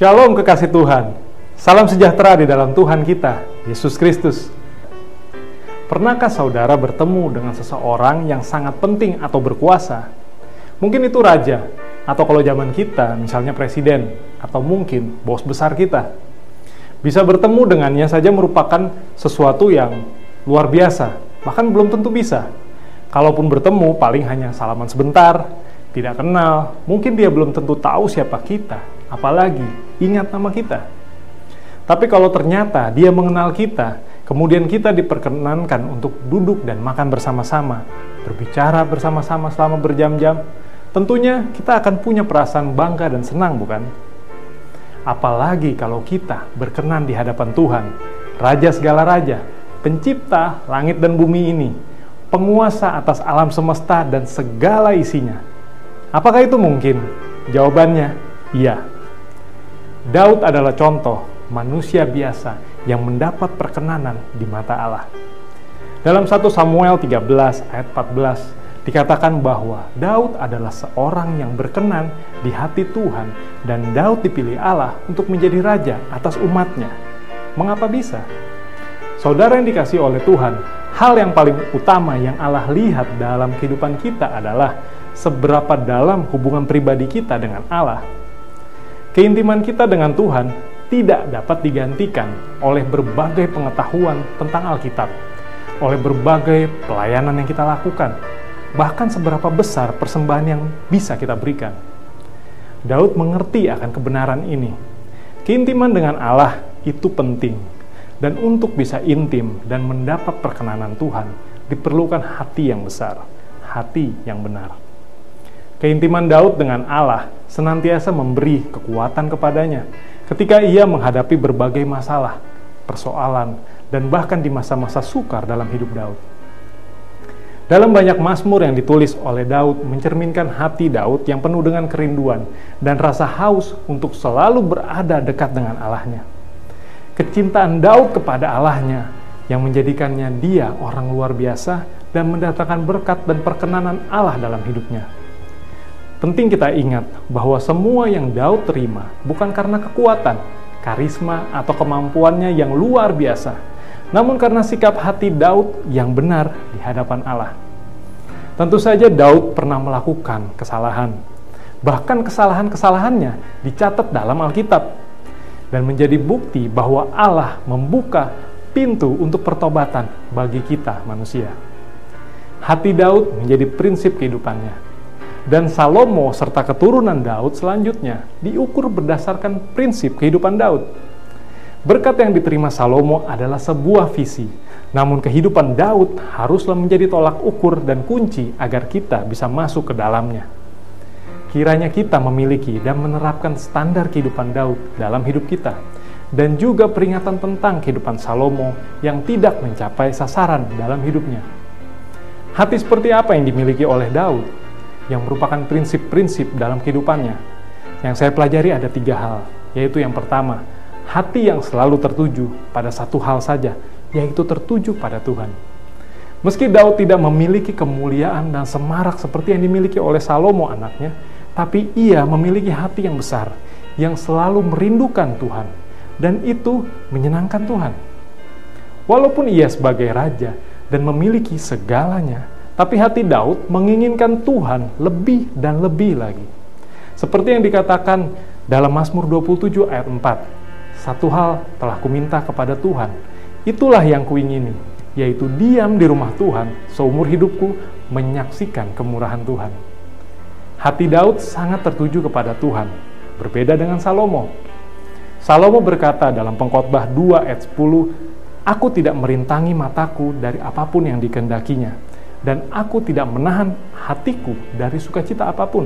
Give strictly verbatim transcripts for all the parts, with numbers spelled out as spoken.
Shalom kekasih Tuhan. Salam sejahtera di dalam Tuhan kita, Yesus Kristus. Pernahkah saudara bertemu dengan seseorang yang sangat penting atau berkuasa? Mungkin itu raja, atau kalau zaman kita, misalnya presiden, atau mungkin bos besar kita. Bisa bertemu dengannya saja merupakan sesuatu yang luar biasa, bahkan belum tentu bisa. Kalaupun bertemu, paling hanya salaman sebentar, tidak kenal, mungkin dia belum tentu tahu siapa kita, apalagi ingat nama kita. Tapi kalau ternyata dia mengenal kita, kemudian kita diperkenankan untuk duduk dan makan bersama-sama, berbicara bersama-sama selama berjam-jam, tentunya kita akan punya perasaan bangga dan senang, bukan? Apalagi kalau kita berkenan di hadapan Tuhan, Raja segala raja, pencipta langit dan bumi ini, penguasa atas alam semesta dan segala isinya. Apakah itu mungkin? Jawabannya, iya. Daud adalah contoh manusia biasa yang mendapat perkenanan di mata Allah. Dalam satu Samuel tiga belas ayat empat belas dikatakan bahwa Daud adalah seorang yang berkenan di hati Tuhan dan Daud dipilih Allah untuk menjadi raja atas umatnya. Mengapa bisa? Saudara yang dikasihi oleh Tuhan, hal yang paling utama yang Allah lihat dalam kehidupan kita adalah seberapa dalam hubungan pribadi kita dengan Allah. Keintiman kita dengan Tuhan tidak dapat digantikan oleh berbagai pengetahuan tentang Alkitab, oleh berbagai pelayanan yang kita lakukan, bahkan seberapa besar persembahan yang bisa kita berikan. Daud mengerti akan kebenaran ini. Keintiman dengan Allah itu penting, dan untuk bisa intim dan mendapat perkenanan Tuhan, diperlukan hati yang besar, hati yang benar. Keintiman Daud dengan Allah senantiasa memberi kekuatan kepadanya ketika ia menghadapi berbagai masalah, persoalan, dan bahkan di masa-masa sukar dalam hidup Daud. Dalam banyak mazmur yang ditulis oleh Daud mencerminkan hati Daud yang penuh dengan kerinduan dan rasa haus untuk selalu berada dekat dengan Allahnya. Kecintaan Daud kepada Allahnya yang menjadikannya dia orang luar biasa dan mendatangkan berkat dan perkenanan Allah dalam hidupnya. Penting kita ingat bahwa semua yang Daud terima bukan karena kekuatan, karisma, atau kemampuannya yang luar biasa, namun karena sikap hati Daud yang benar di hadapan Allah. Tentu saja Daud pernah melakukan kesalahan, bahkan kesalahan-kesalahannya dicatat dalam Alkitab, dan menjadi bukti bahwa Allah membuka pintu untuk pertobatan bagi kita manusia. Hati Daud menjadi prinsip kehidupannya. Dan Salomo serta keturunan Daud selanjutnya diukur berdasarkan prinsip kehidupan Daud. Berkat yang diterima Salomo adalah sebuah visi, namun kehidupan Daud haruslah menjadi tolak ukur dan kunci agar kita bisa masuk ke dalamnya. Kiranya kita memiliki dan menerapkan standar kehidupan Daud dalam hidup kita, dan juga peringatan tentang kehidupan Salomo yang tidak mencapai sasaran dalam hidupnya. Hati seperti apa yang dimiliki oleh Daud? Yang merupakan prinsip-prinsip dalam kehidupannya. Yang saya pelajari ada tiga hal, yaitu yang pertama, hati yang selalu tertuju pada satu hal saja, yaitu tertuju pada Tuhan. Meski Daud tidak memiliki kemuliaan dan semarak seperti yang dimiliki oleh Salomo anaknya, tapi ia memiliki hati yang besar, yang selalu merindukan Tuhan, dan itu menyenangkan Tuhan. Walaupun ia sebagai raja dan memiliki segalanya, tapi hati Daud menginginkan Tuhan lebih dan lebih lagi. Seperti yang dikatakan dalam Mazmur dua puluh tujuh ayat empat, satu hal telah kuminta kepada Tuhan, itulah yang kuingini, yaitu diam di rumah Tuhan seumur hidupku, menyaksikan kemurahan Tuhan. Hati Daud sangat tertuju kepada Tuhan, berbeda dengan Salomo. Salomo berkata dalam Pengkhotbah dua ayat sepuluh, aku tidak merintangi mataku dari apapun yang dikehendakinya, dan aku tidak menahan hatiku dari sukacita apapun.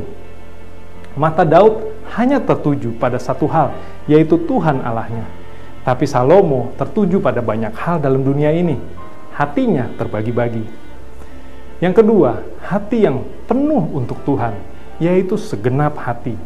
Mata Daud hanya tertuju pada satu hal, yaitu Tuhan Allahnya. Tapi Salomo tertuju pada banyak hal dalam dunia ini. Hatinya terbagi-bagi. Yang kedua, hati yang penuh untuk Tuhan, yaitu segenap hati.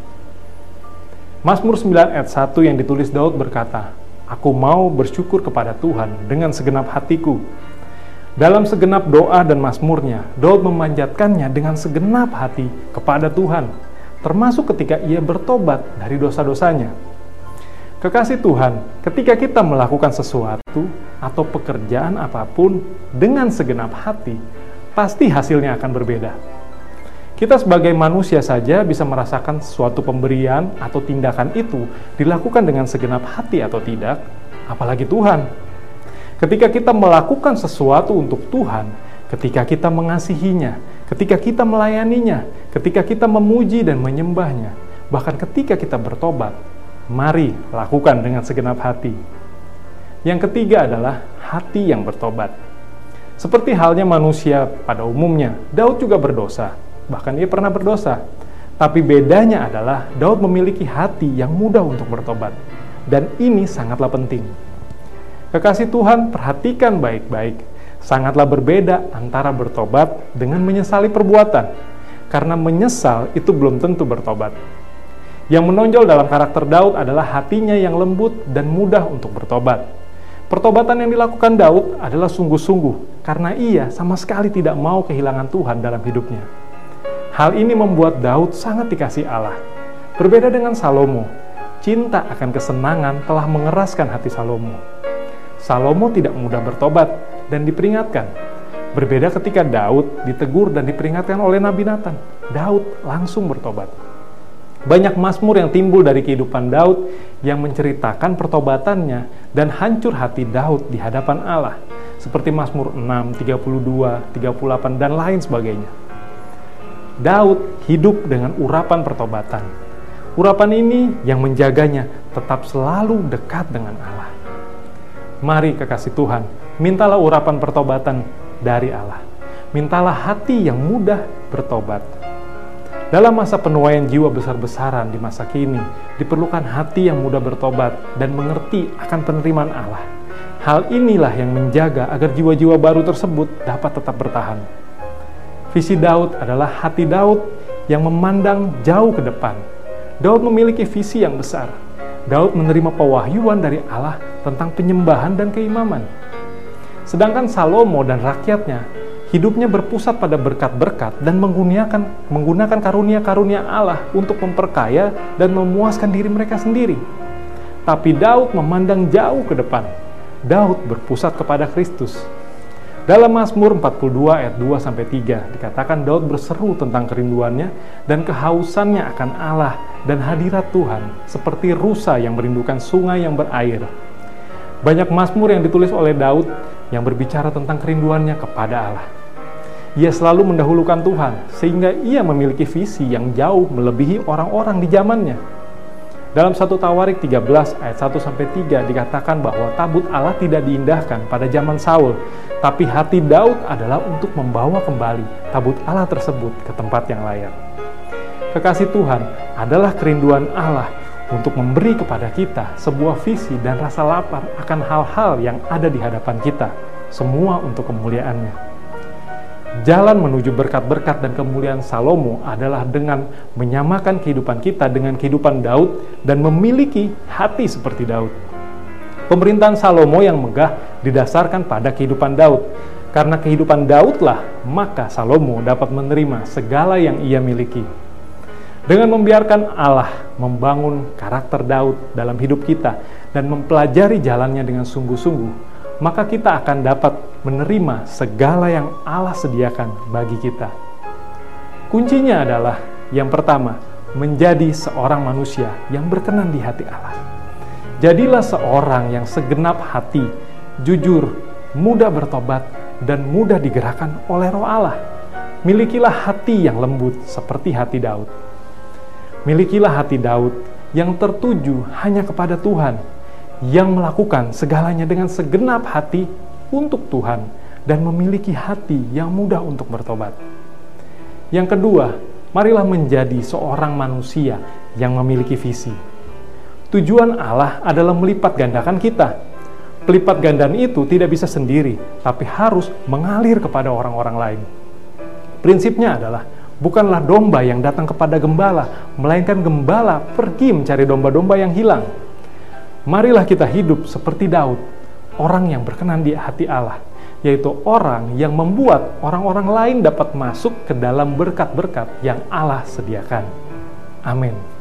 Mazmur sembilan ayat satu yang ditulis Daud berkata, aku mau bersyukur kepada Tuhan dengan segenap hatiku. Dalam segenap doa dan mazmurnya, Daud memanjatkannya dengan segenap hati kepada Tuhan, termasuk ketika ia bertobat dari dosa-dosanya. Kekasih Tuhan, ketika kita melakukan sesuatu atau pekerjaan apapun dengan segenap hati, pasti hasilnya akan berbeda. Kita sebagai manusia saja bisa merasakan suatu pemberian atau tindakan itu dilakukan dengan segenap hati atau tidak, apalagi Tuhan. Ketika kita melakukan sesuatu untuk Tuhan, ketika kita mengasihinya, ketika kita melayaninya, ketika kita memuji dan menyembahnya, bahkan ketika kita bertobat, mari lakukan dengan segenap hati. Yang ketiga adalah hati yang bertobat. Seperti halnya manusia pada umumnya, Daud juga berdosa, bahkan ia pernah berdosa. Tapi bedanya adalah Daud memiliki hati yang mudah untuk bertobat, dan ini sangatlah penting. Kekasih Tuhan, perhatikan baik-baik, sangatlah berbeda antara bertobat dengan menyesali perbuatan, karena menyesal itu belum tentu bertobat. Yang menonjol dalam karakter Daud adalah hatinya yang lembut dan mudah untuk bertobat. Pertobatan yang dilakukan Daud adalah sungguh-sungguh, karena ia sama sekali tidak mau kehilangan Tuhan dalam hidupnya. Hal ini membuat Daud sangat dikasihi Allah. Berbeda dengan Salomo, cinta akan kesenangan telah mengeraskan hati Salomo. Salomo tidak mudah bertobat dan diperingatkan. Berbeda ketika Daud ditegur dan diperingatkan oleh Nabi Nathan, Daud langsung bertobat. Banyak mazmur yang timbul dari kehidupan Daud yang menceritakan pertobatannya dan hancur hati Daud di hadapan Allah, seperti Mazmur enam, tiga puluh dua, tiga puluh delapan, dan lain sebagainya. Daud hidup dengan urapan pertobatan. Urapan ini yang menjaganya tetap selalu dekat dengan Allah. Mari kekasih Tuhan, mintalah urapan pertobatan dari Allah. Mintalah hati yang mudah bertobat. Dalam masa penuaian jiwa besar-besaran di masa kini, diperlukan hati yang mudah bertobat dan mengerti akan penerimaan Allah. Hal inilah yang menjaga agar jiwa-jiwa baru tersebut dapat tetap bertahan. Visi Daud adalah hati Daud yang memandang jauh ke depan. Daud memiliki visi yang besar. Daud menerima pewahyuan dari Allah tentang penyembahan dan keimaman. Sedangkan Salomo dan rakyatnya hidupnya berpusat pada berkat-berkat dan menggunakan menggunakan karunia-karunia Allah untuk memperkaya dan memuaskan diri mereka sendiri. Tapi Daud memandang jauh ke depan. Daud berpusat kepada Kristus. Dalam Mazmur empat puluh dua ayat dua sampai tiga dikatakan Daud berseru tentang kerinduannya dan kehausannya akan Allah dan hadirat Tuhan, seperti rusa yang merindukan sungai yang berair. Banyak mazmur yang ditulis oleh Daud yang berbicara tentang kerinduannya kepada Allah. Ia selalu mendahulukan Tuhan, sehingga ia memiliki visi yang jauh melebihi orang-orang di zamannya. Dalam satu Tawarik tiga belas ayat satu sampai tiga dikatakan bahwa tabut Allah tidak diindahkan pada zaman Saul, tapi hati Daud adalah untuk membawa kembali tabut Allah tersebut ke tempat yang layak. Kekasih Tuhan adalah kerinduan Allah untuk memberi kepada kita sebuah visi dan rasa lapar akan hal-hal yang ada di hadapan kita, semua untuk kemuliaan-Nya. Jalan menuju berkat-berkat dan kemuliaan Salomo adalah dengan menyamakan kehidupan kita dengan kehidupan Daud dan memiliki hati seperti Daud. Pemerintahan Salomo yang megah didasarkan pada kehidupan Daud. Karena kehidupan Daudlah, maka Salomo dapat menerima segala yang ia miliki. Dengan membiarkan Allah membangun karakter Daud dalam hidup kita dan mempelajari jalannya dengan sungguh-sungguh, maka kita akan dapat menerima segala yang Allah sediakan bagi kita. Kuncinya adalah, yang pertama, menjadi seorang manusia yang berkenan di hati Allah. Jadilah seorang yang segenap hati, jujur, mudah bertobat, dan mudah digerakkan oleh Roh Allah. Milikilah hati yang lembut seperti hati Daud. Milikilah hati Daud yang tertuju hanya kepada Tuhan, yang melakukan segalanya dengan segenap hati untuk Tuhan dan memiliki hati yang mudah untuk bertobat. Yang kedua, marilah menjadi seorang manusia yang memiliki visi. Tujuan Allah adalah melipat gandakan kita. Pelipat gandaan itu tidak bisa sendiri, tapi harus mengalir kepada orang-orang lain. Prinsipnya adalah, bukanlah domba yang datang kepada gembala, melainkan gembala pergi mencari domba-domba yang hilang. Marilah kita hidup seperti Daud, orang yang berkenan di hati Allah, yaitu orang yang membuat orang-orang lain dapat masuk ke dalam berkat-berkat yang Allah sediakan. Amin.